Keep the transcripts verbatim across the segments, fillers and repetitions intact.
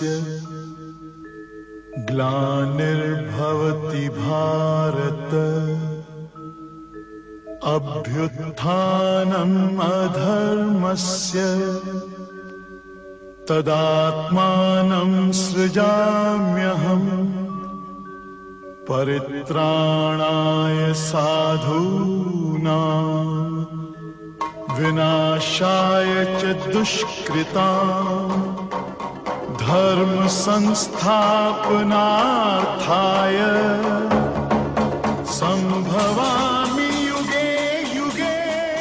ग्लानिर्भवति भारत अभ्युत्थानम् अधर्मस्य तदात्मानं सृजाम्यहम् परित्राणाय साधूनां विनाशाय च दुष्कृतां धर्म संस्थापनार्थाय संभवामि युगे युगे.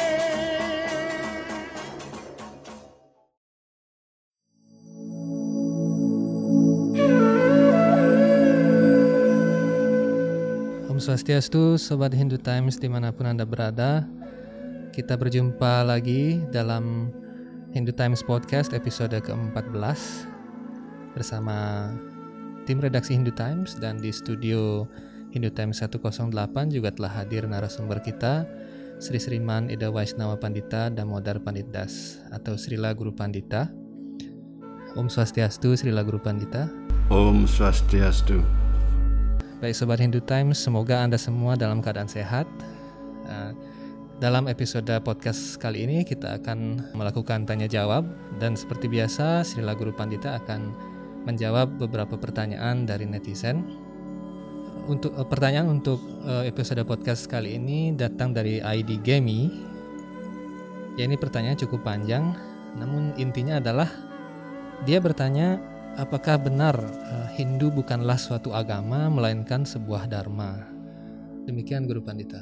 Om Swastiastu, Sobat Hindu Times dimanapun Anda berada. Kita berjumpa lagi dalam Hindu Times Podcast episode keempat belas bersama tim redaksi Hindu Times, dan di studio Hindu Times seratus delapan juga telah hadir narasumber kita, Sri Sriman Ida Vaishnava Pandita Damodar Pandit Das atau Srila Guru Pandita. Om Swastiastu, Srila Guru Pandita. Om Swastiastu. Baik Sobat Hindu Times, semoga Anda semua dalam keadaan sehat. Dalam episode podcast kali ini kita akan melakukan tanya jawab, dan seperti biasa Srila Guru Pandita akan menjawab beberapa pertanyaan dari netizen. Untuk uh, pertanyaan untuk uh, episode podcast kali ini datang dari I D Gemi. Ya, ini pertanyaan cukup panjang, namun intinya adalah dia bertanya, apakah benar uh, Hindu bukanlah suatu agama melainkan sebuah dharma? Demikian Guru Pandita.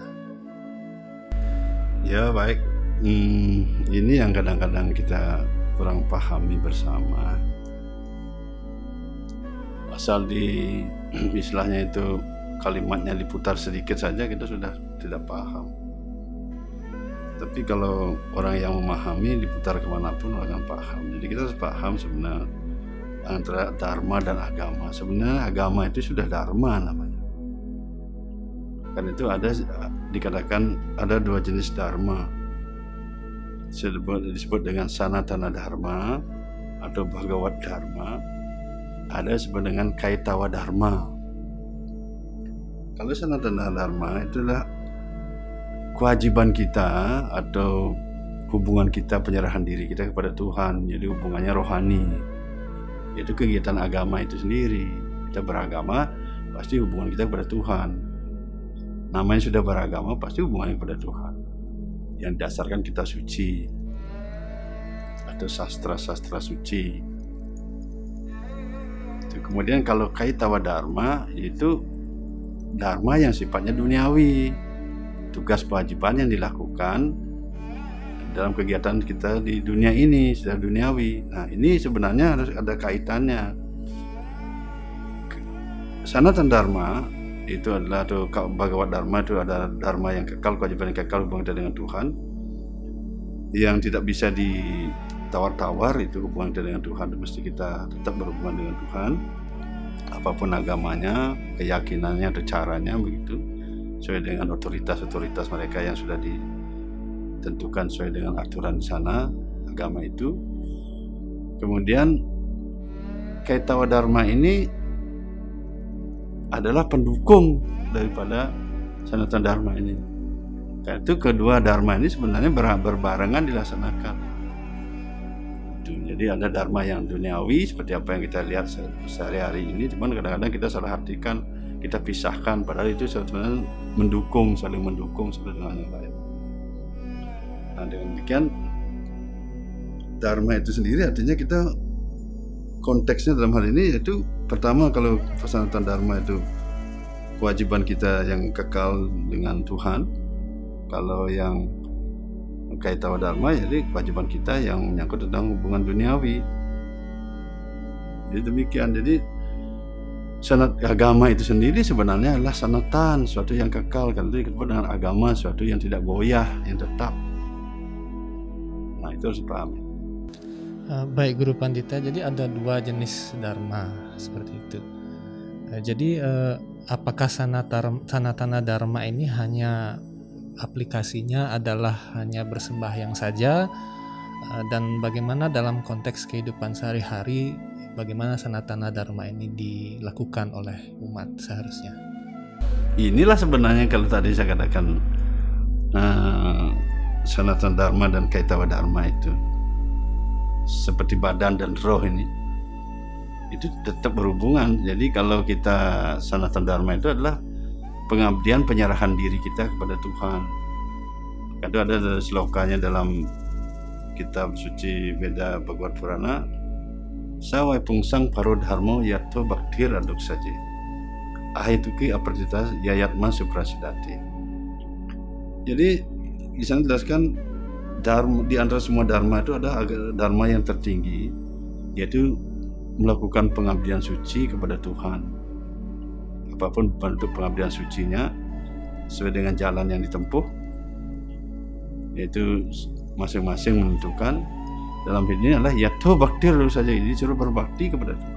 Ya baik, hmm, ini yang kadang-kadang kita kurang pahami bersama. Asal di istilahnya itu kalimatnya diputar sedikit saja kita sudah tidak paham. Tapi kalau orang yang memahami diputar kemanapun orang akan paham. Jadi kita harus paham sebenarnya antara dharma dan agama. Sebenarnya agama itu sudah dharma namanya. Kan itu ada dikatakan ada dua jenis dharma, disebut, disebut dengan sanatana dharma atau bhagavat dharma, ada disebut dengan kaitawa dharma. Kalau sanatana dharma itulah kewajiban kita atau hubungan kita, penyerahan diri kita kepada Tuhan, jadi hubungannya rohani. Itu kegiatan agama itu sendiri. Kita beragama pasti hubungan kita kepada Tuhan. Namanya sudah beragama pasti hubungannya kepada Tuhan, yang dasarkan kita suci atau sastra-sastra suci. Kemudian kalau kaitawa dharma itu dharma yang sifatnya duniawi, tugas kewajiban yang dilakukan dalam kegiatan kita di dunia ini sudah duniawi. Nah ini sebenarnya harus ada kaitannya. Sanatana dharma itu adalah atau bhagavat dharma itu ada dharma yang kekal, kewajiban yang kekal, hubungan kita dengan Tuhan yang tidak bisa ditawar-tawar. Itu hubungan kita dengan Tuhan, mesti kita tetap berhubungan dengan Tuhan apapun agamanya, keyakinannya atau caranya, begitu sesuai dengan otoritas-otoritas mereka yang sudah ditentukan sesuai dengan aturan di sana agama itu. Kemudian kaitawa dharma ini adalah pendukung daripada sanatana dharma ini. Karena itu kedua dharma ini sebenarnya ber- berbarengan dilaksanakan. Jadi ada dharma yang duniawi seperti apa yang kita lihat sehari-hari ini, cuman kadang-kadang kita salah artikan, kita pisahkan, padahal itu sebenarnya mendukung, saling mendukung satu dengan yang lain. Nah dengan demikian dharma itu sendiri artinya kita konteksnya dalam hal ini yaitu pertama, kalau sanatana dharma itu kewajiban kita yang kekal dengan Tuhan. Kalau yang kaitawa dharma jadi kewajiban kita yang menyangkut tentang hubungan duniawi. Jadi demikian. Jadi sanat agama itu sendiri sebenarnya adalah sanatan, suatu yang kekal. Karena itu disebut dengan agama, suatu yang tidak goyah, yang tetap. Nah itu harus dipahami. Uh, baik Guru Pandita, jadi ada dua jenis dharma seperti itu. Uh, jadi uh, apakah sanatar, sanatana dharma ini hanya aplikasinya adalah hanya bersembahyang saja, uh, dan bagaimana dalam konteks kehidupan sehari-hari bagaimana Sanatana Dharma ini dilakukan oleh umat seharusnya. Inilah sebenarnya kalau tadi saya katakan uh, Sanatana Dharma dan Kaitava Dharma itu seperti badan dan roh ini, itu tetap berhubungan. Jadi kalau kita Sanatana Dharma itu adalah pengabdian, penyerahan diri kita kepada Tuhan. Itu ada slokanya dalam kitab suci Veda Bhagavad Purana, Sawai pungsang paro dharmo yato bhaktir aduk saja ahituki apardita yayatma suprasidati. Jadi di sana dijelaskan dharma, di antara semua dharma itu ada dharma yang tertinggi, yaitu melakukan pengabdian suci kepada Tuhan. Apapun bentuk pengabdian sucinya sesuai dengan jalan yang ditempuh, yaitu masing-masing menentukan. Dalam hal ini adalah yato bhaktir saja, ini suruh berbakti kepada Tuhan.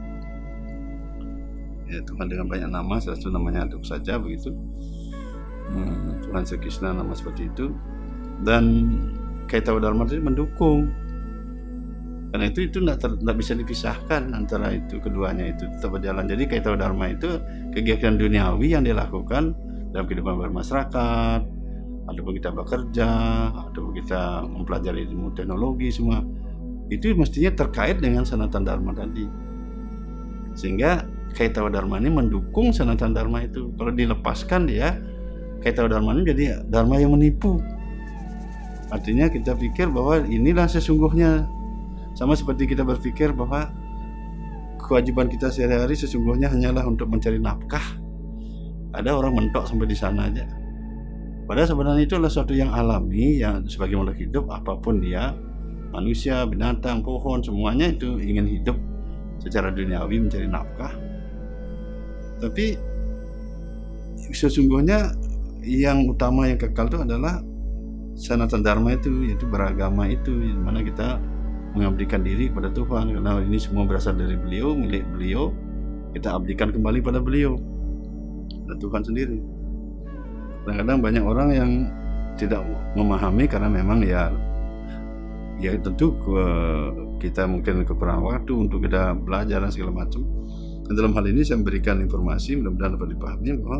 Ya, Tuhan dengan banyak nama, salah satu namanya aduk saja begitu. Hmm, Tuhan Sri Krishna nama seperti itu. Dan Kaitava Dharma itu mendukung. Karena itu itu tidak bisa dipisahkan antara itu keduanya, itu tetap berjalan. Jadi Kaitava Dharma itu kegiatan duniawi yang dilakukan dalam kehidupan bermasyarakat, ataupun kita bekerja, ataupun kita mempelajari ilmu teknologi, semua itu mestinya terkait dengan Sanatana Dharma tadi. Sehingga Kaitava Dharma ini mendukung Sanatana Dharma itu. Kalau dilepaskan dia, Kaitava Dharma ini jadi dharma yang menipu. Artinya kita pikir bahwa inilah sesungguhnya. Sama seperti kita berpikir bahwa kewajiban kita sehari-hari sesungguhnya hanyalah untuk mencari nafkah. Ada orang mentok sampai di sana aja. Padahal sebenarnya itu adalah sesuatu yang alami, yang sebagai makhluk hidup apapun dia, manusia, binatang, pohon, semuanya itu ingin hidup secara duniawi mencari nafkah. Tapi sesungguhnya yang utama, yang kekal itu adalah Sanatana Dharma itu, yaitu beragama itu, di mana kita mengabdikan diri kepada Tuhan, karena ini semua berasal dari beliau, milik beliau, kita abdikan kembali pada beliau dan Tuhan sendiri. Kadang-kadang banyak orang yang tidak memahami karena memang ya ya tentu kita mungkin kekurangan waktu untuk kita belajar dan segala macam. Dan dalam hal ini saya memberikan informasi, mudah-mudahan dapat dipahami bahwa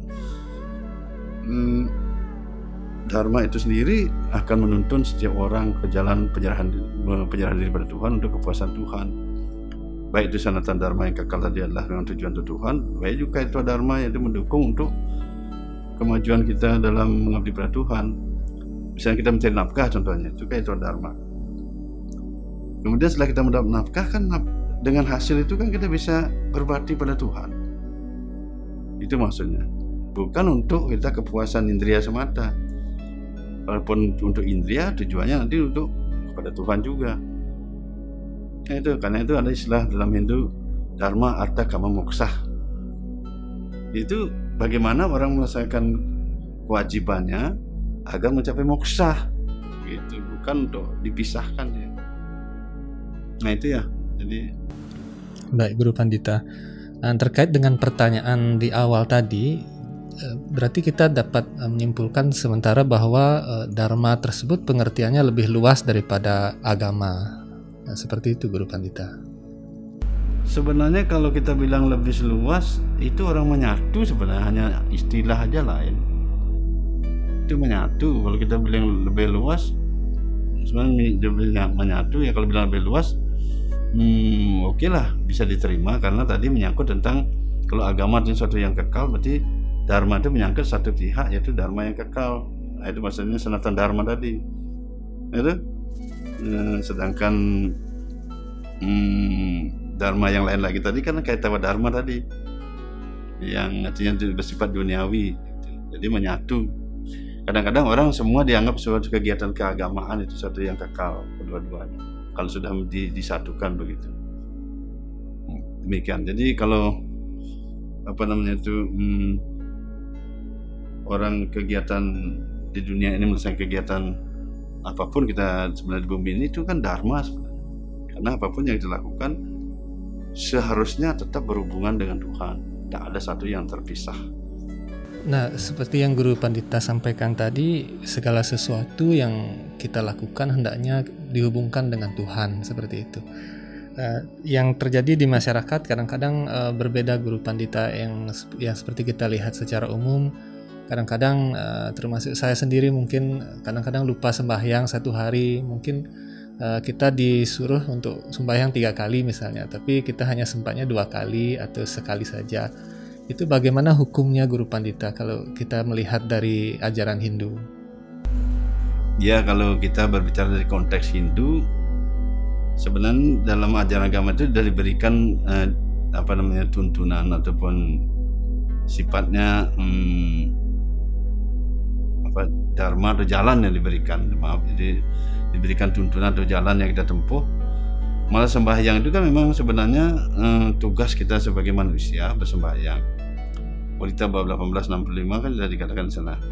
hmm, Dharma itu sendiri akan menuntun setiap orang ke jalan penyerahan penyerahan diri pada Tuhan untuk kepuasan Tuhan. Baik itu Sanatana Dharma yang kekal tadi adalah dengan tujuan untuk Tuhan, baik juga itu Dharma yang itu mendukung untuk kemajuan kita dalam mengabdi pada Tuhan. Misalnya kita mencari nafkah contohnya, itu kayak itu Dharma. Kemudian setelah kita mendapat nafkah kan dengan hasil itu kan kita bisa berbakti pada Tuhan. Itu maksudnya. Bukan untuk kita kepuasan indria semata. Walaupun untuk indria, tujuannya nanti untuk kepada Tuhan juga. Nah, itu karena itu ada istilah dalam Hindu Dharma Artha Kama Moksha. Itu bagaimana orang melaksanakan kewajibannya agar mencapai moksha. Gitu, bukan untuk dipisahkan ya. Nah, itu ya. Jadi baik Guru Pandita. Nah, terkait dengan pertanyaan di awal tadi, berarti kita dapat menyimpulkan sementara bahwa dharma tersebut pengertiannya lebih luas daripada agama. Nah, seperti itu Guru Pandita. Sebenarnya kalau kita bilang lebih luas, itu orang menyatu sebenarnya, hanya istilah aja lain. Itu menyatu. Kalau kita bilang lebih luas, sebenarnya menyatu ya. Kalau bilang lebih luas, hmm, oke okay lah, bisa diterima karena tadi menyangkut tentang kalau agama itu sesuatu yang kekal, berarti Dharma itu menyangkut satu pihak, yaitu Dharma yang kekal. Nah, itu maksudnya Sanatana Dharma tadi. Itu eh, sedangkan hmm, Dharma yang lain lagi tadi kan Kaitava Dharma tadi, yang artinya bersifat duniawi, jadi menyatu. Kadang-kadang orang semua dianggap suatu kegiatan keagamaan itu satu yang kekal kedua-duanya. Kalau sudah disatukan begitu. Demikian. Jadi kalau apa namanya itu hmm, orang kegiatan di dunia ini melaksanakan kegiatan apapun kita sebenarnya di bumi ini itu kan dharma sebenarnya. Karena apapun yang dilakukan seharusnya tetap berhubungan dengan Tuhan. Tidak ada satu yang terpisah. Nah, seperti yang Guru Pandita sampaikan tadi, segala sesuatu yang kita lakukan hendaknya dihubungkan dengan Tuhan, seperti itu. Uh, yang terjadi di masyarakat kadang-kadang uh, berbeda guru pandita yang yang seperti kita lihat secara umum. Kadang-kadang uh, termasuk saya sendiri mungkin kadang-kadang lupa sembahyang satu hari. Mungkin uh, kita disuruh untuk sembahyang tiga kali misalnya, tapi kita hanya sempatnya dua kali atau sekali saja. Itu bagaimana hukumnya guru pandita kalau kita melihat dari ajaran Hindu? Ya, kalau kita berbicara dari konteks Hindu, sebenarnya dalam ajaran agama itu sudah diberikan eh, apa namanya tuntunan ataupun sifatnya hmm, apa dharma atau jalan yang diberikan, maaf, jadi diberikan tuntunan atau jalan yang kita tempuh. Malah sembahyang itu kan memang sebenarnya eh, tugas kita sebagai manusia bersembahyang. Wanita bab delapan belas enam puluh lima kan sudah dikatakan di sana.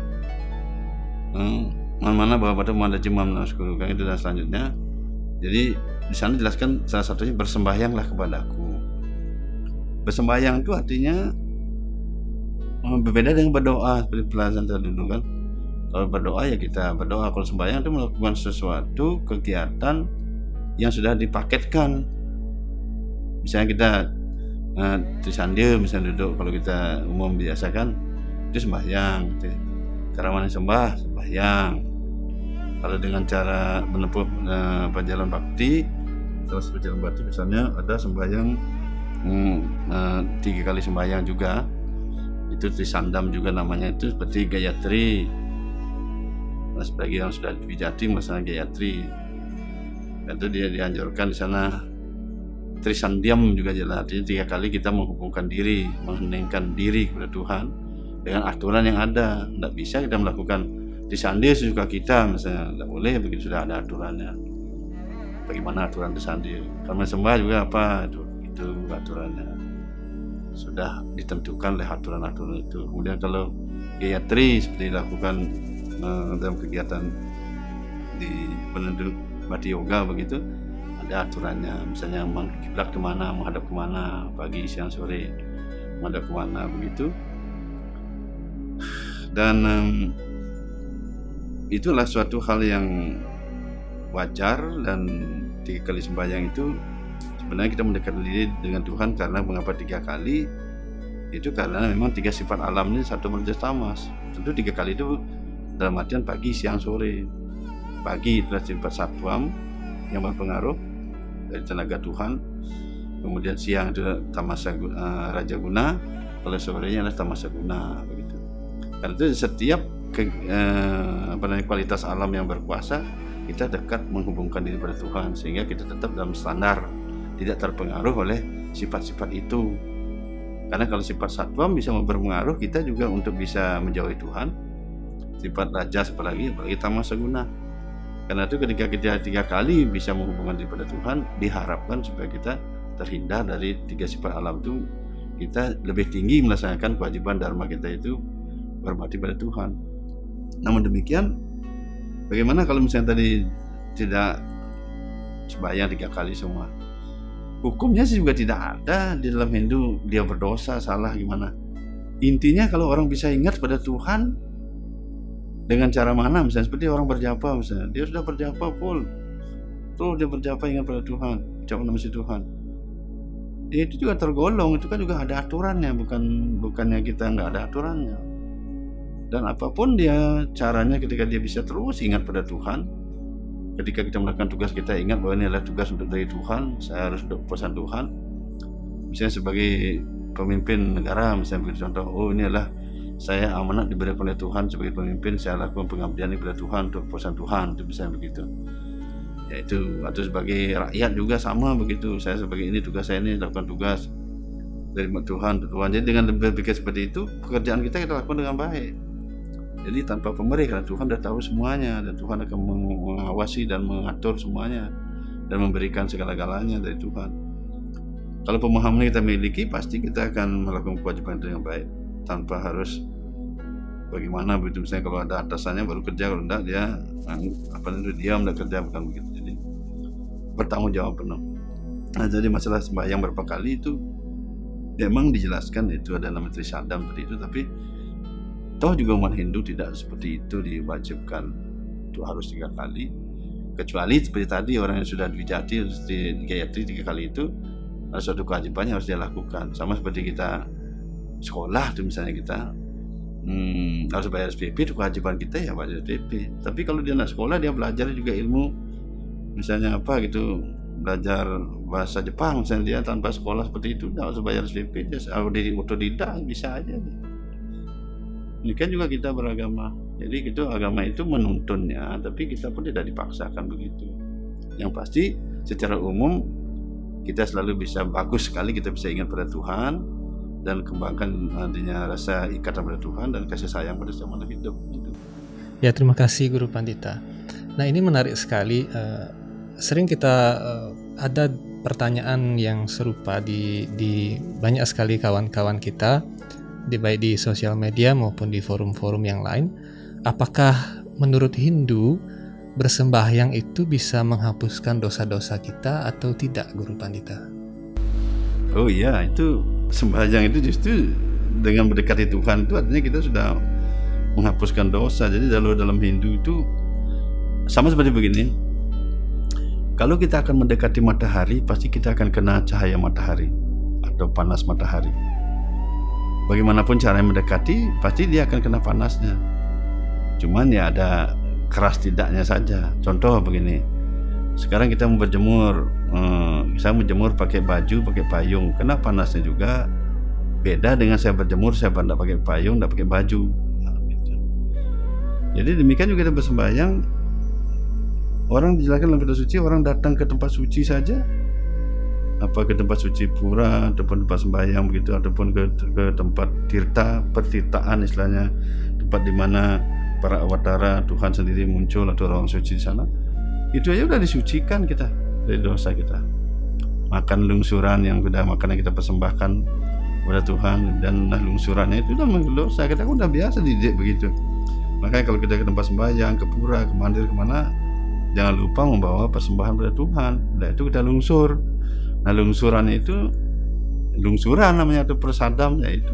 Hmm, mana-mana bahwa pada muada jemam naskuru kan itu dan selanjutnya. Jadi di sana jelaskan salah satunya bersembahyanglah kepadaku. Bersembahyang itu artinya berbeda dengan berdoa seperti pelajaran tadi dulu kan. Kalau berdoa ya kita berdoa, kalau sembahyang itu melakukan sesuatu kegiatan yang sudah dipaketkan. Misalnya kita uh, trisandia misalnya duduk, kalau kita umum biasakan itu sembahyang. Cara mana sembah sembahyang. Kalau dengan cara menempuh uh, jalan bakti, salah satu jalan bakti misalnya ada sembahyang hmm, uh, tiga kali sembahyang juga, itu trisandam juga namanya, itu seperti Gayatri. Nah, sebagai yang sudah dijati masalah Gayatri, itu dia dianjurkan di sana. Trisandiam juga jelas, artinya tiga kali kita menghubungkan diri, mengheningkan diri kepada Tuhan dengan aturan yang ada. Tidak bisa kita melakukan disandi sesuka kita misalnya, tidak boleh begitu, sudah ada aturannya. Bagaimana aturan disandi? Kalau sembah juga apa itu, itu aturannya sudah ditentukan oleh aturan-aturan itu. Kemudian kalau Gayatri seperti dilakukan uh, dalam kegiatan di penentu bhakti yoga begitu, ada aturannya. Misalnya kiblat kemana, menghadap kemana, pagi, siang, sore, menghadap kemana begitu. Dan um, itulah suatu hal yang wajar, dan tiga kali sembahyang itu sebenarnya kita mendekatkan diri dengan Tuhan. Karena mengapa tiga kali? Itu karena memang tiga sifat alam ini satu merjas tamas. Tentu tiga kali itu dalam artian pagi, siang, sore. Pagi adalah sifat satwam yang berpengaruh dari tenaga Tuhan. Kemudian siang itu tamasa uh, raja guna. Kalau sorenya adalah tamasa guna begitu. Karena itu setiap ke, eh, apa namanya, kualitas alam yang berkuasa, kita dekat menghubungkan diri pada Tuhan, sehingga kita tetap dalam standar, tidak terpengaruh oleh sifat-sifat itu. Karena kalau sifat satwam bisa berpengaruh kita juga untuk bisa menjauhi Tuhan. Sifat raja apalagi, apalagi tamasa guna. Karena itu ketika kita tiga kali bisa menghubungkan diri pada Tuhan, diharapkan supaya kita terhindar dari tiga sifat alam itu. Kita lebih tinggi melaksanakan kewajiban dharma kita itu berbakti pada Tuhan. Namun demikian, bagaimana kalau misalnya tadi tidak sembahyang tiga kali semua? Hukumnya sih juga tidak ada di dalam Hindu dia berdosa, salah gimana. Intinya kalau orang bisa ingat pada Tuhan dengan cara mana, misalnya seperti orang berjapa, misalnya dia sudah berjapa full, terus dia berjapa ingat pada Tuhan, ucap nama si Tuhan. Ya, itu juga tergolong, itu kan juga ada aturannya, bukan bukannya kita nggak ada aturannya. Dan apapun dia caranya, ketika dia bisa terus ingat pada Tuhan, ketika kita melakukan tugas kita ingat bahwa ini adalah tugas untuk dari Tuhan, saya harus untuk pesan Tuhan. Misalnya sebagai pemimpin negara, misalnya begitu contoh, oh ini adalah saya amanat diberikan oleh Tuhan sebagai pemimpin, saya lakukan pengabdian kepada Tuhan untuk pesan Tuhan, itu misalnya begitu. Yaitu atau sebagai rakyat juga sama begitu, saya sebagai ini tugas saya ini lakukan tugas dari Tuhan, Tuhan. Jadi dengan berpikir seperti itu, pekerjaan kita kita lakukan dengan baik. Jadi tanpa pemerih, karena Tuhan sudah tahu semuanya, dan Tuhan akan mengawasi dan mengatur semuanya dan memberikan segala-galanya dari Tuhan. Kalau pemahaman kita miliki, pasti kita akan melakukan kewajiban itu yang baik tanpa harus bagaimana begitu. Misalnya kalau ada atasannya baru kerja, kalau enggak dia apa itu diam, enggak kerja, bukan begitu. Jadi bertanggung jawab penuh. Nah, jadi masalah sembahyang berapa kali itu memang dijelaskan, itu ada nama trisandam seperti itu, tapi toh juga umat Hindu tidak seperti itu diwajibkan itu harus tiga kali. Kecuali seperti tadi orang yang sudah dijati di Gayatri tiga kali itu ada suatu kewajiban yang harus dia lakukan. Sama seperti kita sekolah tuh misalnya kita hmm, harus bayar S P P, itu kewajiban kita ya bayar S P P. Tapi kalau dia nak sekolah, dia belajar juga ilmu, misalnya apa gitu, belajar bahasa Jepang misalnya, dia tanpa sekolah seperti itu tidak harus bayar S P P, dia autodidak bisa aja. Ini kan juga kita beragama, jadi gitu agama itu menuntunnya, tapi kita pun tidak dipaksakan begitu. Yang pasti secara umum kita selalu bisa bagus sekali, kita bisa ingat pada Tuhan dan kembangkan nantinya rasa ikatan pada Tuhan dan kasih sayang pada sesama hidup. Gitu. Ya, terima kasih Guru Pandita. Nah, ini menarik sekali. Uh, sering kita uh, ada pertanyaan yang serupa di di banyak sekali kawan-kawan kita, di baik di sosial media maupun di forum-forum yang lain. Apakah menurut Hindu bersembahyang itu bisa menghapuskan dosa-dosa kita atau tidak, Guru Pandita? Oh iya, itu sembahyang itu justru dengan mendekati Tuhan itu artinya kita sudah menghapuskan dosa. Jadi dalam dalam Hindu itu sama seperti begini. Kalau kita akan mendekati matahari, pasti kita akan kena cahaya matahari atau panas matahari. Bagaimanapun caranya mendekati, pasti dia akan kena panasnya. Cuman ya ada keras tidaknya saja. Contoh begini, sekarang kita mau berjemur, hmm, saya menjemur pakai baju, pakai payung, kena panasnya juga. Beda dengan saya berjemur, saya tidak pakai payung, tidak pakai baju. Nah, gitu. Jadi demikian juga kita bersembahyang. Orang dijelaskan dalam kitab suci, orang datang ke tempat suci saja, apa ke tempat suci pura ataupun tempat sembahyang begitu, ataupun ke, ke tempat tirta, pertirtaan istilahnya, tempat di mana para awatara Tuhan sendiri muncul atau orang suci di sana, itu aja udah disucikan kita dari dosa kita. Makan lungsuran yang sudah makan yang kita persembahkan kepada Tuhan, dan lungsurannya itu udah mendosa, kita udah biasa dididik begitu. Makanya kalau kita ke tempat sembahyang, ke pura, ke mandir, kemana, jangan lupa membawa persembahan pada Tuhan. Nah itu kita lungsur. Nah lungsuran itu lungsuran namanya, atau persadam, yaitu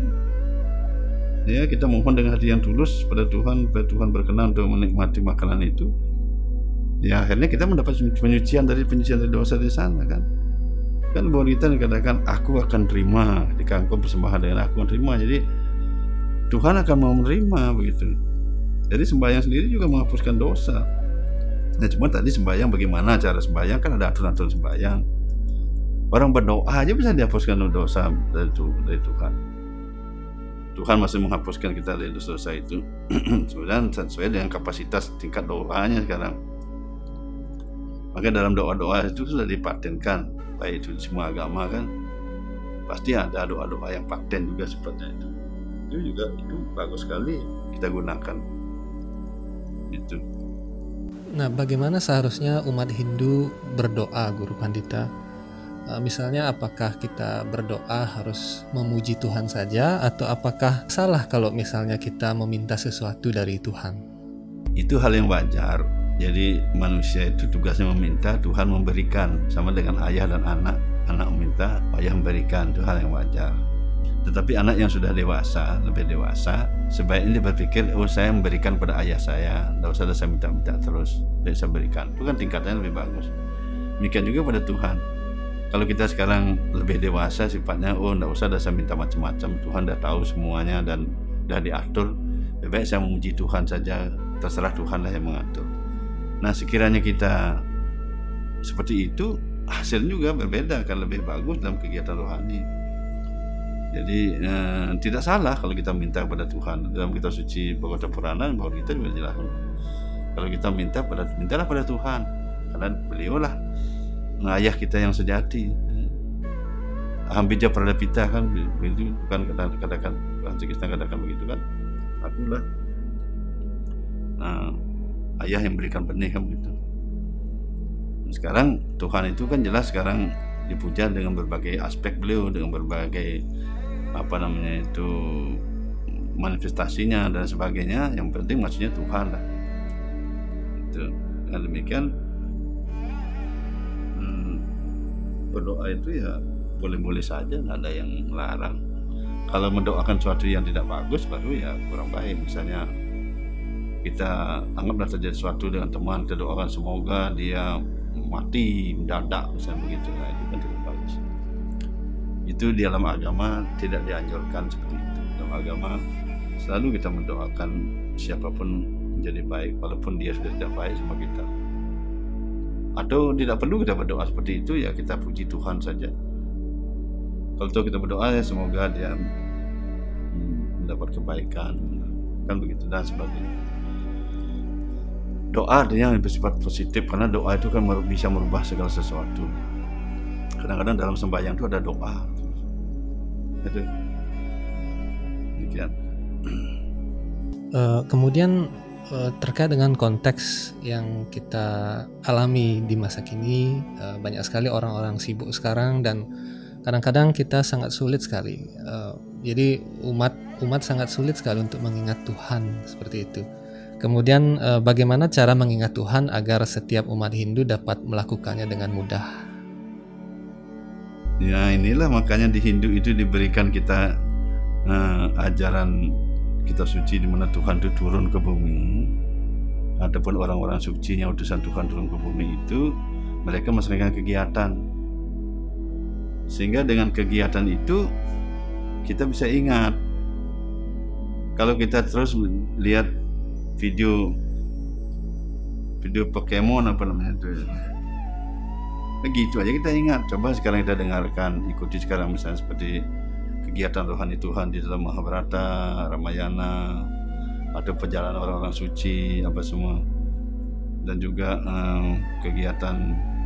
ya kita mohon dengan hati yang tulus pada Tuhan, pada Tuhan berkenan untuk menikmati makanan itu. Ya akhirnya kita mendapat penyucian dari penyucian dari dosa di sana kan. Kan bahwa kita dikatakan aku akan terima ketika engkau persembahan dengan aku akan terima. Jadi Tuhan akan mau menerima begitu. Jadi sembahyang sendiri juga menghapuskan dosa. Nah cuma tadi sembahyang bagaimana cara sembahyang, kan ada aturan-aturan sembahyang. Orang berdoa aja bisa dihapuskan dosa dari, dari Tuhan. Tuhan masih menghapuskan kita dari dosa-dosa itu. Sebenarnya sesuai dengan kapasitas tingkat doanya sekarang. Maka dalam doa-doa itu sudah dipatenkan, baik itu semua agama kan, pasti ada doa-doa yang paten juga seperti itu. Itu juga itu bagus sekali kita gunakan. Itu. Nah, bagaimana seharusnya umat Hindu berdoa, Guru Pandita? Misalnya apakah kita berdoa harus memuji Tuhan saja, atau apakah salah kalau misalnya kita meminta sesuatu dari Tuhan? Itu hal yang wajar. Jadi manusia itu tugasnya meminta, Tuhan memberikan. Sama dengan ayah dan anak. Anak meminta, ayah memberikan. Itu hal yang wajar. Tetapi anak yang sudah dewasa, lebih dewasa, sebaiknya dia berpikir, oh saya memberikan pada ayah saya, tidak usah saya minta-minta terus, saya berikan. Itu kan tingkatnya lebih bagus. Demikian juga pada Tuhan. Kalau kita sekarang lebih dewasa sifatnya, oh tidak usah saya minta macam-macam, Tuhan sudah tahu semuanya dan sudah diatur, lebih baik saya memuji Tuhan saja, terserah Tuhanlah yang mengatur. Nah sekiranya kita seperti itu, hasilnya juga berbeda, akan lebih bagus dalam kegiatan rohani. Jadi eh, tidak salah kalau kita minta kepada Tuhan. Dalam kitab suci Bhagavata Purana, bahwa kita juga jelas, kalau kita minta pada, mintalah pada Tuhan, karena beliaulah ayah kita yang sejati. Ahambija Pradapita kan begitu, bukan katakan Tuhan Krishna katakan begitu kan, akulah nah, ayah yang berikan benih kan begitu. Sekarang Tuhan itu kan jelas sekarang dipuja dengan berbagai aspek beliau, dengan berbagai apa namanya itu manifestasinya dan sebagainya. Yang penting maksudnya Tuhan lah. Itu. Dengan demikian hmm, berdoa itu ya boleh-boleh saja, nggak ada yang melarang. Kalau mendoakan sesuatu yang tidak bagus baru ya kurang baik. Misalnya kita anggaplah terjadi sesuatu dengan teman, kita doakan semoga dia mati mendadak misalnya begitu. Nah, itu kan tidak bagus. Itu di dalam agama tidak dianjurkan seperti itu. Dalam agama selalu kita mendoakan siapapun menjadi baik walaupun dia sudah tidak baik sama kita. Atau tidak perlu kita berdoa seperti itu, ya kita puji Tuhan saja. Kalau itu kita berdoa ya semoga dia mendapat kebaikan, kan begitu dan sebagainya. Doa artinya yang bersifat positif, karena doa itu kan bisa merubah segala sesuatu. Kadang-kadang dalam sembahyang itu ada doa. Itu demikian. Uh, kemudian uh, terkait dengan konteks yang kita alami di masa kini, uh, banyak sekali orang-orang sibuk sekarang dan kadang-kadang kita sangat sulit sekali. Uh, jadi umat umat sangat sulit sekali untuk mengingat Tuhan seperti itu. Kemudian eh, bagaimana cara mengingat Tuhan agar setiap umat Hindu dapat melakukannya dengan mudah? Ya inilah makanya di Hindu itu diberikan kita eh, ajaran kitab suci di mana Tuhan itu turun ke bumi. Adapun orang-orang suci yang utusan Tuhan turun ke bumi itu mereka melaksanakan kegiatan. Sehingga dengan kegiatan itu kita bisa ingat. Kalau kita terus lihat video video Pokemon apa namanya itu, begitu aja kita ingat. Coba sekarang kita dengarkan, ikuti sekarang misalnya seperti kegiatan rohani Tuhan di dalam Mahabharata, Ramayana, atau perjalanan orang-orang suci apa semua, dan juga um, kegiatan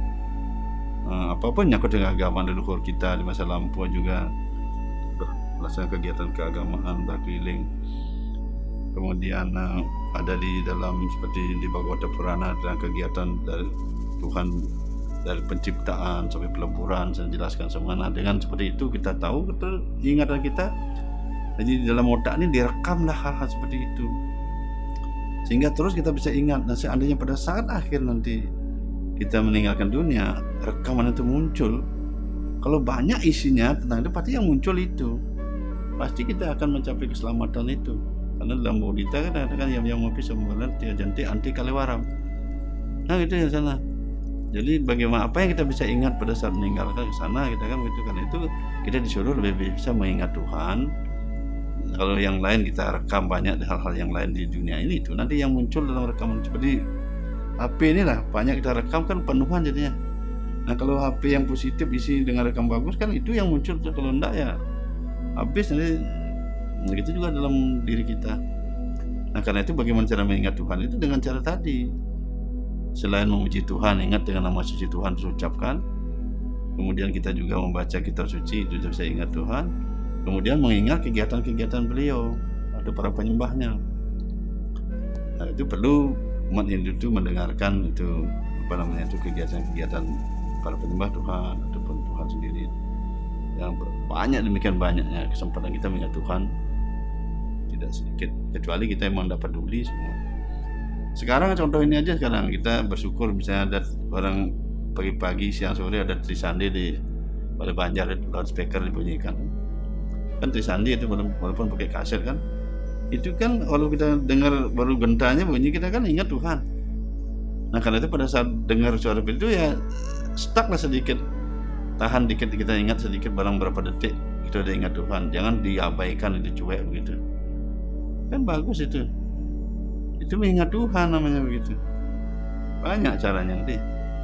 um, apapun nyangkut dengan agama leluhur kita di masa lampau juga, melaksanakan kegiatan keagamaan berkeliling. Kemudian uh, ada di dalam seperti di Bhagavata Purana dan kegiatan dari Tuhan dari penciptaan sampai peleburan, saya jelaskan semua. Nah, dengan seperti itu kita tahu, betul ingatan kita. Jadi di dalam otak ini direkamlah hal-hal seperti itu, sehingga terus kita bisa ingat. Nah, seandainya pada saat akhir nanti kita meninggalkan dunia, rekaman itu muncul. Kalau banyak isinya tentang itu, pasti yang muncul itu pasti kita akan mencapai keselamatan itu. Karena dalam bodhita kan ada kan yang yang ngopi semuanya dia janti anti kalewaram. Nah itu yang sana. Jadi bagaimana apa yang kita bisa ingat pada saat meninggalkan ke sana kita kan begitu, karena itu kita disuruh lebih bisa mengingat Tuhan. Kalau yang lain kita rekam banyak hal-hal yang lain di dunia ini itu nanti yang muncul dalam rekaman seperti H P inilah banyak kita rekam kan penuhan jadinya. Nah kalau H P yang positif isi dengan rekam bagus kan itu yang muncul, kalau enggak ya habis nanti. Nah, gitu juga dalam diri kita. Nah karena itu bagaimana cara mengingat Tuhan itu dengan cara tadi. Selain memuji Tuhan, ingat dengan nama suci Tuhan terucapkan. Kemudian kita juga membaca kitab suci itu bisa ingat Tuhan. Kemudian mengingat kegiatan-kegiatan beliau, ada para penyembahnya. Nah itu perlu umat Hindu itu mendengarkan itu apa namanya itu kegiatan-kegiatan para penyembah Tuhan ataupun Tuhan sendiri. Yang banyak demikian banyaknya kesempatan kita mengingat Tuhan tidak sedikit, kecuali kita memang dapat peduli semua. Sekarang contoh ini aja, sekarang kita bersyukur misalnya ada orang pagi-pagi siang sore ada Trisandi di pada Banjar, loudspeaker dibunyikan kan Trisandi itu walaupun pakai kaset kan, itu kan kalau kita dengar baru gentanya bunyi kita kan ingat Tuhan. Nah karena itu pada saat dengar suara itu ya stuck lah sedikit, tahan dikit, kita ingat sedikit barang berapa detik kita udah ingat Tuhan, jangan diabaikan itu cuek begitu kan bagus itu itu mengingat Tuhan namanya begitu. Banyak caranya nanti.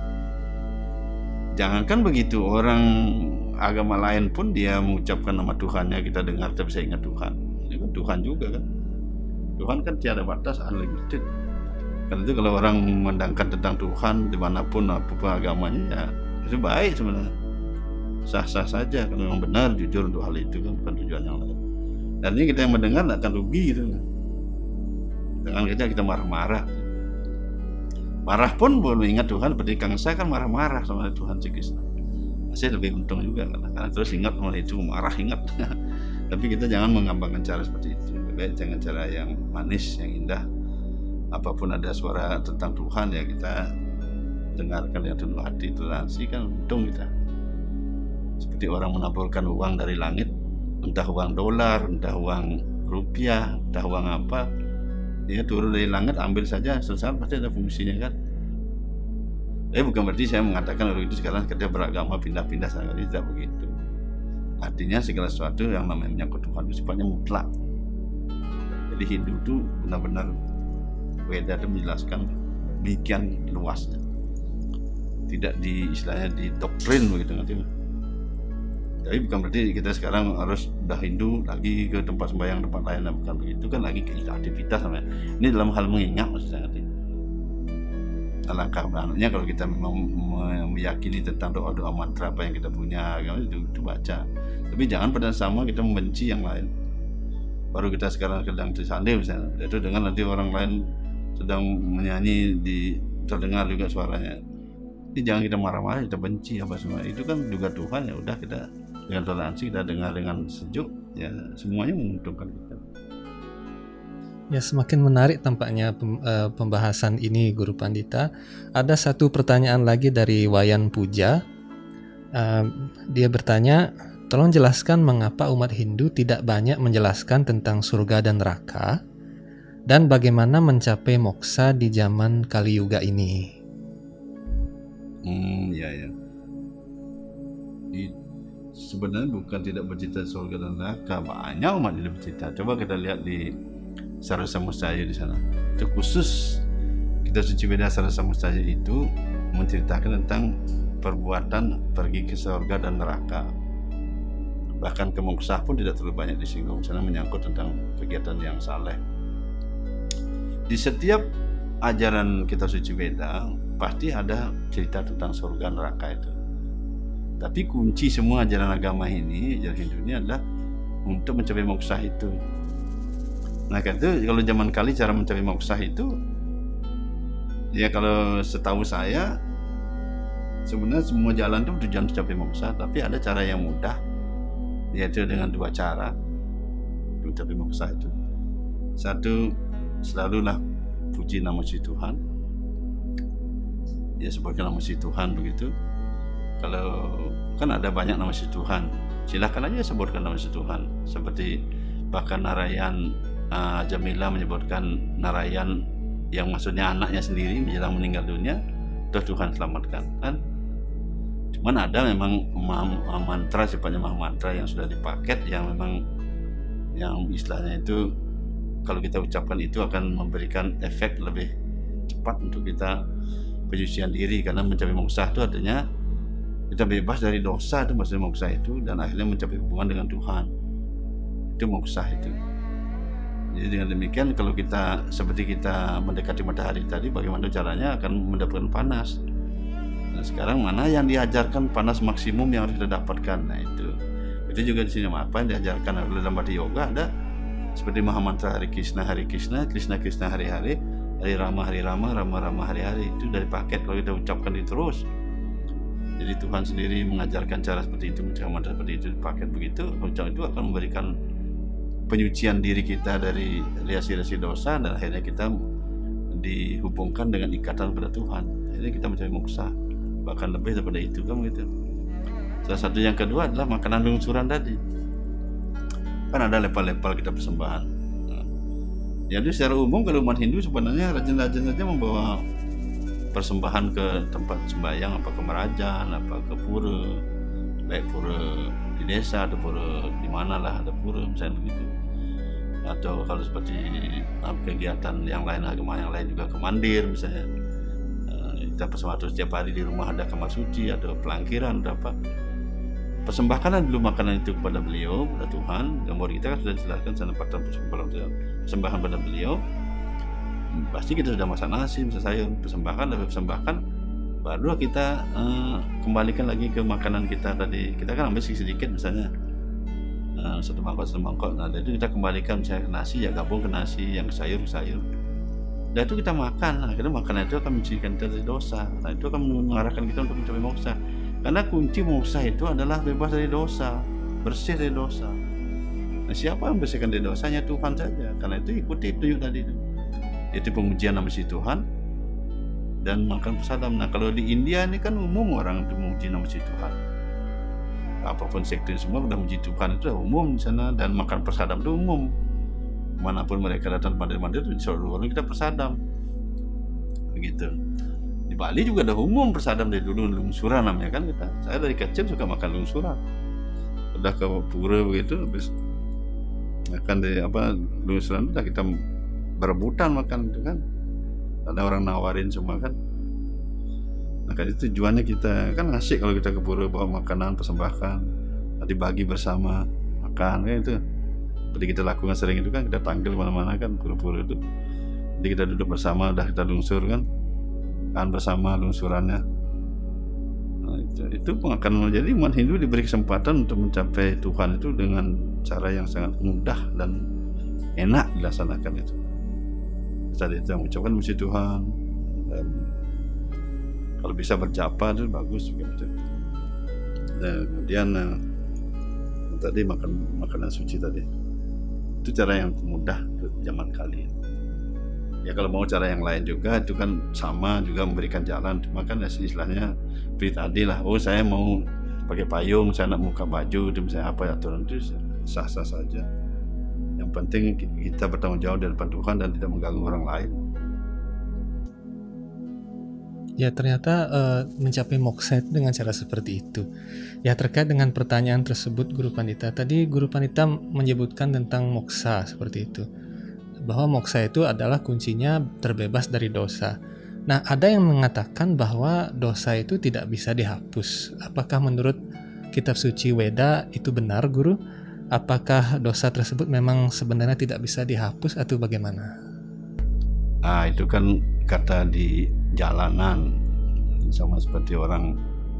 Jangankan begitu, orang agama lain pun dia mengucapkan nama Tuhannya kita dengar kita bisa ingat Tuhan. Ini kan Tuhan juga kan, Tuhan kan tiada batas, unlimited. Karena itu kalau orang memandangkan tentang Tuhan dimanapun apapun agamanya ya itu baik sebenarnya, sah-sah saja kalau memang benar jujur untuk hal itu kan, bukan tujuan yang lain. Dan ini kita yang mendengar tidak akan rugi gitu. Jangan kita kita marah-marah. Marah pun boleh ingat Tuhan, seperti Kang Sa kan marah-marah sama Tuhan Sri Krishna. Masih lebih untung juga karena, karena terus ingat sama itu, marah ingat. Tapi kita jangan mengambangkan cara seperti itu. Baik jangan cara yang manis, yang indah. Apapun ada suara tentang Tuhan ya kita dengarkan yang penuh hati, toleransi kan untung kita. Seperti orang menaburkan uang dari langit, entah uang dolar, entah uang rupiah, entah uang apa, ya turun dari langit ambil saja, selesai pasti ada fungsinya kan. Eh bukan berarti saya mengatakan orang itu sekarang kerja beragama pindah-pindah sekali, tidak begitu. Artinya segala sesuatu yang namanya menyangkut Tuhan itu sifatnya mutlak. Jadi Hindu itu benar-benar Weda itu menjelaskan demikian luasnya. Tidak di istilahnya di doktrin begitu nanti. Tapi bukan berarti kita sekarang harus udah Hindu lagi ke tempat sembahyang tempat lain, bukan begitu kan, lagi ke aktivitas namanya. Ini dalam hal mengingat maksudnya nanti. Alangkah baiknya kalau kita memang meyakini tentang doa-doa mantra apa yang kita punya, itu, itu baca. Tapi jangan pada sama kita membenci yang lain. Baru kita sekarang sedang disandai misalnya, itu dengan nanti orang lain sedang menyanyi di terdengar juga suaranya. Ini jangan kita marah-marah, kita benci apa semua. Itu kan juga Tuhan, ya udah kita dengan toleransi kita dengar dengan sejuk, ya semuanya menguntungkan kita. Ya, semakin menarik tampaknya pembahasan ini Guru Pandita. Ada satu pertanyaan lagi dari Wayan Puja. Uh, dia bertanya, tolong jelaskan mengapa umat Hindu tidak banyak menjelaskan tentang surga dan neraka, dan bagaimana mencapai moksa di zaman Kali Yuga ini. Hmm, ya ya. Di, sebenarnya bukan tidak bercerita surga dan neraka, banyak umat Hindu bercerita. Coba kita lihat di Sarasa Mustaya di sana. Itu khusus Kitab Suci Weda Sarasa Mustaya itu menceritakan tentang perbuatan pergi ke surga dan neraka. Bahkan ke moksa pun tidak terlalu banyak disinggung, karena menyangkut tentang kegiatan yang saleh. Di setiap ajaran Kitab Suci Weda pasti ada cerita tentang surga neraka itu. Tapi kunci semua ajaran agama ini, ajaran Hindu ini adalah untuk mencapai moksa itu. Nah kan itu kalau zaman Kali cara mencapai moksa itu, ya kalau setahu saya sebenarnya semua jalan itu tujuan mencapai moksa, tapi ada cara yang mudah, yaitu dengan dua cara mencapai moksa itu. Satu, selalulah puji nama si Tuhan, ya sebutkan nama si Tuhan begitu. Kalau kan ada banyak nama si Tuhan, silakan aja sebutkan nama si Tuhan. Seperti bahkan Narayan uh, Jamila menyebutkan Narayan yang maksudnya anaknya sendiri menjelang meninggal dunia, terus Tuhan selamatkan kan. Cuman ada memang mantra, sifatnya mantra yang sudah dipaket, yang memang yang istilahnya itu kalau kita ucapkan itu akan memberikan efek lebih cepat untuk kita penyucian diri, karena mencapai moksa itu artinya kita bebas dari dosa, itu maksudnya moksa itu, dan akhirnya mencapai hubungan dengan Tuhan, itu moksa itu. Jadi dengan demikian kalau kita seperti kita mendekati matahari tadi, bagaimana caranya akan mendapatkan panas. Nah sekarang mana yang diajarkan panas maksimum yang harus kita dapatkan? Nah itu itu juga di sini apa yang diajarkan oleh dalam Bhakti Yoga, ada seperti Mahamantra Hari Krishna Hari Krishna, Krishna Krishna Hari Hari, Hari Rama Hari Rama, Rama Rama Hari Hari. Itu dari paket kalau kita ucapkan itu terus. Jadi Tuhan sendiri mengajarkan cara seperti itu, mantra seperti itu, paket begitu. Ucapan itu akan memberikan penyucian diri kita dari riasi-riasi dosa, dan akhirnya kita dihubungkan dengan ikatan pada Tuhan. Akhirnya kita mencapai moksa, bahkan lebih daripada itu kan begitu. Salah satu yang kedua adalah makanan lungsuran tadi. Kan ada lepal-lepal kita persembahan. Nah, jadi secara umum kalau umat Hindu sebenarnya rajin-rajin saja membawa persembahan ke tempat sembahyang, apa ke Merajan, apa ke pura, baik pura di desa atau pura di mana lah ada pura misalnya begitu. Atau kalau seperti kegiatan yang lain, agama yang lain juga ke mandir misalnya. Kita persembahkan setiap hari di rumah ada kamar suci, ada pelangkiran, ada apa. Persembahkanlah dulu makanan itu kepada beliau, kepada Tuhan. Gambar kita kan sudah dijelaskan sanapatan persembahan pada beliau. Pasti kita sudah masak nasi, masak sayur, persembahkan, dan persembahkan, baru kita uh, kembalikan lagi ke makanan kita tadi. Kita kan ambil sedikit misalnya uh, satu mangkok satu mangkok. Nah itu kita kembalikan misalnya ke nasi, ya gabung ke nasi, yang sayur ke sayur. Dan itu kita makan, akhirnya makanan itu akan mencucikan kita dari dosa. Nah itu akan mengarahkan kita untuk mencapai moksa. Karena kunci moksa itu adalah bebas dari dosa, bersih dari dosa. Nah siapa yang bersihkan dari dosanya? Tuhan saja. Karena itu ikuti petunjuk tadi itu. Itu pengujian nama si Tuhan dan makan prasadam. Nah kalau di India ini kan umum orang itu memuji nama si Tuhan. Apapun sekte semua sudah memuji Tuhan, itu umum di sana, dan makan prasadam itu umum. manapun mereka datang mandir-mandir itu disuruh kita bersadam. Begitu. Di Bali juga ada umum bersadam dari dulu, lungsuran namanya kan kita. Saya dari kecil suka makan lungsuran. Udah ke pura begitu, habis makan dari apa lungsuran udah kita berebutan makan itu kan. Ada orang nawarin semua kan. Nah kan itu tujuannya kita kan asik kalau kita ke pura bawa makanan persembahkan, nanti bagi bersama makan kan itu. Seperti kita lakukan sering itu kan, kita panggil mana-mana kan pura-pura itu. Jadi kita duduk bersama, udah kita lungsur kan, kan bersama lungsurannya. Nah, itu, itu akan menjadi umat Hindu diberi kesempatan untuk mencapai Tuhan itu dengan cara yang sangat mudah dan enak dilaksanakan itu. Saat itu mengucapkan puji Tuhan dan kalau bisa berjapa itu bagus juga itu. Dan kemudian nah, tadi makan makanan suci tadi. Itu cara yang mudah zaman kali. Ya kalau mau cara yang lain juga itu kan sama juga memberikan jalan. Cuma kan istilahnya seperti tadi lah. Oh saya mau pakai payung, saya nak buka baju, itu misalnya apa aturan itu sah-sah saja. Yang penting kita bertanggung jawab di depan Tuhan dan tidak mengganggu orang lain. Ya ternyata uh, mencapai moksa dengan cara seperti itu. Ya terkait dengan pertanyaan tersebut Guru Pandita, tadi Guru Pandita menyebutkan tentang moksa seperti itu, bahwa moksa itu adalah kuncinya terbebas dari dosa. Nah ada yang mengatakan bahwa dosa itu tidak bisa dihapus. Apakah menurut kitab suci Weda itu benar Guru? Apakah dosa tersebut memang sebenarnya tidak bisa dihapus atau bagaimana? Ah itu kan kata di jalanan sama seperti orang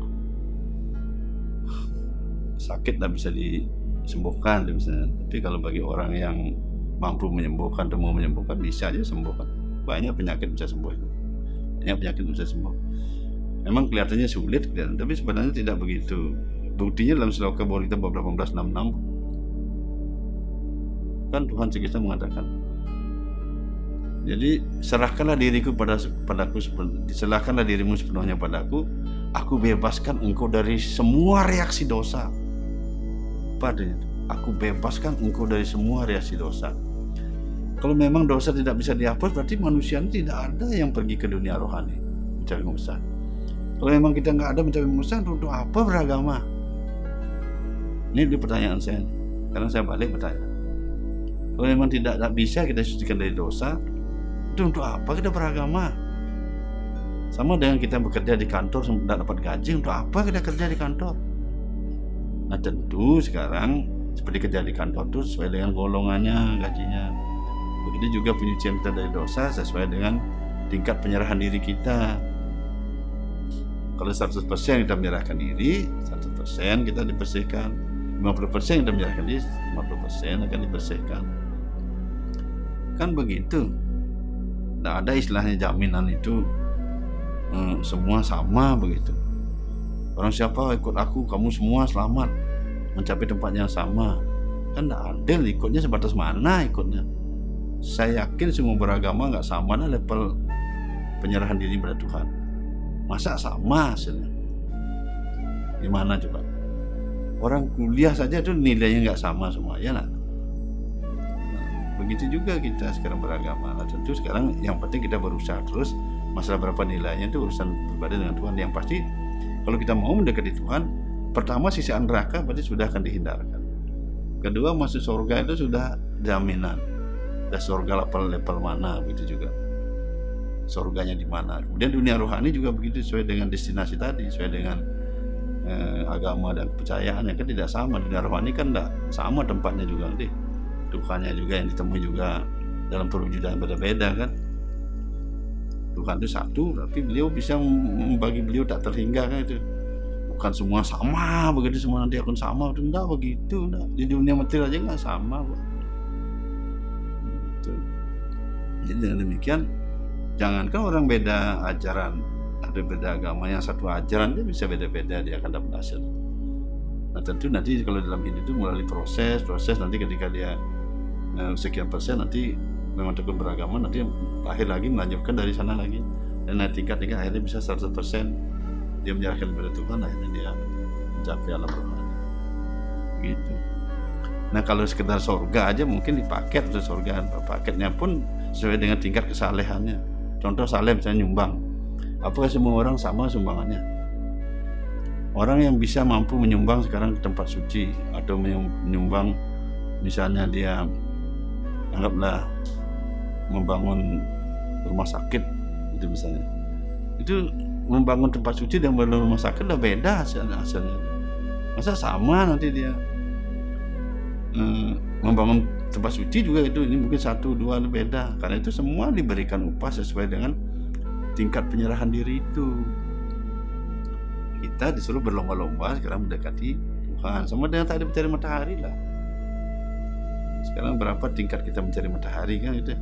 sakit tak bisa disembuhkan misalnya. Tapi kalau bagi orang yang mampu menyembuhkan atau mau menyembuhkan bisa aja sembuhkan. Banyak penyakit bisa sembuh itu. Banyak penyakit bisa sembuh. Memang kelihatannya sulit kelihatan, tapi sebenarnya tidak begitu. Buktinya dalam Sloka Bhagavad Gita delapan belas enam puluh enam kan Tuhan Kristus mengatakan, jadi serahkanlah diriku pada padaku, serahkanlah dirimu sepenuhnya padaku, aku bebaskan engkau dari semua reaksi dosa. Padanya, aku bebaskan engkau dari semua reaksi dosa. Kalau memang dosa tidak bisa dihapus, berarti manusia tidak ada yang pergi ke dunia rohani mencari moksa. Kalau memang kita nggak ada mencari moksa, untuk apa beragama? Ini dulu pertanyaan saya. Karena saya balik bertanya. Kalau memang tidak, tidak bisa kita sucikan dari dosa, itu untuk apa kita beragama? Sama dengan kita bekerja di kantor tidak dapat gaji, untuk apa kita kerja di kantor? Nah tentu sekarang seperti kerja di kantor itu sesuai dengan golongannya gajinya. Begitu juga penyucian kita dari dosa sesuai dengan tingkat penyerahan diri kita. Kalau seratus persen kita menyerahkan diri, seratus persen kita dibersihkan. lima puluh persen kita menyerahkan diri, lima puluh persen akan dibersihkan. Kan begitu. Tidak ada istilahnya jaminan itu hmm, semua sama begitu. Orang siapa ikut aku, kamu semua selamat mencapai tempat yang sama. Kan tidak adil, ikutnya sebatas mana ikutnya. Saya yakin semua beragama nggak sama lah level penyerahan diri pada Tuhan. Masa sama hasilnya? Gimana coba? Orang kuliah saja itu nilainya nggak sama semua, ya nak? Begitu juga kita sekarang beragama. Nah, tentu sekarang yang penting kita berusaha terus. Masalah berapa nilainya itu urusan pribadi dengan Tuhan. Yang pasti kalau kita mau mendekati Tuhan, pertama sisaan neraka berarti sudah akan dihindarkan. Kedua masuk surga itu sudah jaminan. Dan surga level-level mana begitu juga. Surganya di mana. Kemudian dunia rohani juga begitu sesuai dengan destinasi tadi, sesuai dengan eh, agama dan kepercayaan yang kan tidak sama. Dunia rohani kan tidak sama tempatnya juga nanti. Tuhannya juga yang ditemui juga dalam perwujudan berbeda kan. Tuhan itu satu, tapi beliau bisa membagi beliau tak terhingga kan itu. Bukan semua sama begitu, semua nanti akan sama. Itu enggak begitu, enggak. Di dunia material aja enggak sama. Gitu. Jadi dengan demikian, jangankan orang beda ajaran, ada beda agama, yang satu ajaran dia bisa beda-beda, dia akan dapat hasil. Nah tentu nanti kalau dalam hidup itu melalui proses, proses nanti ketika dia sekian persen nanti memang tekun beragama, nanti lahir lagi melanjutkan dari sana lagi dan naik tingkat-tingkat akhirnya bisa seratus persen dia menyerahkan kepada Tuhan, akhirnya dia mencapai alam rohani gitu. Nah kalau sekedar surga aja mungkin dipaket untuk surga, paketnya pun sesuai dengan tingkat kesalehannya. Contoh saleh misalnya nyumbang, apakah semua orang sama sumbangannya? Orang yang bisa mampu menyumbang sekarang ke tempat suci atau menyumbang misalnya dia anggaplah membangun rumah sakit itu misalnya, itu membangun tempat suci dan membangun rumah sakit udah beda hasilnya, hasilnya. Masa sama nanti dia hmm, membangun tempat suci juga itu ini mungkin satu dua beda, karena itu semua diberikan upah sesuai dengan tingkat penyerahan diri itu. Kita disuruh berlomba-lomba sekarang mendekati Tuhan, sama dengan tadi mencari matahari lah. Sekarang berapa tingkat kita mencari matahari kan itu?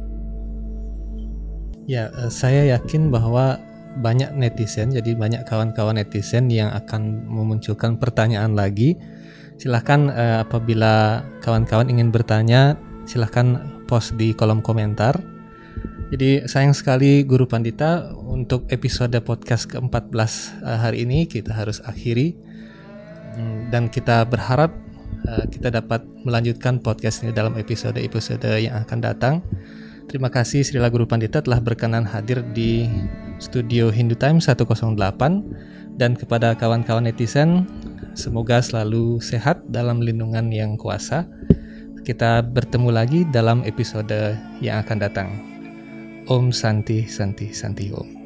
Ya, saya yakin bahwa banyak netizen, jadi banyak kawan-kawan netizen yang akan memunculkan pertanyaan lagi. Silahkan eh, apabila kawan-kawan ingin bertanya, silahkan post di kolom komentar. Jadi sayang sekali Guru Pandita, untuk episode podcast keempat belas eh, hari ini kita harus akhiri. Dan kita berharap eh, kita dapat melanjutkan podcast ini dalam episode-episode yang akan datang. Terima kasih Srila Guru Pandita telah berkenan hadir di studio Hindu Time seratus delapan, dan kepada kawan-kawan netizen, semoga selalu sehat dalam lindungan yang kuasa. Kita bertemu lagi dalam episode yang akan datang. Om Santi Santi Santi Om.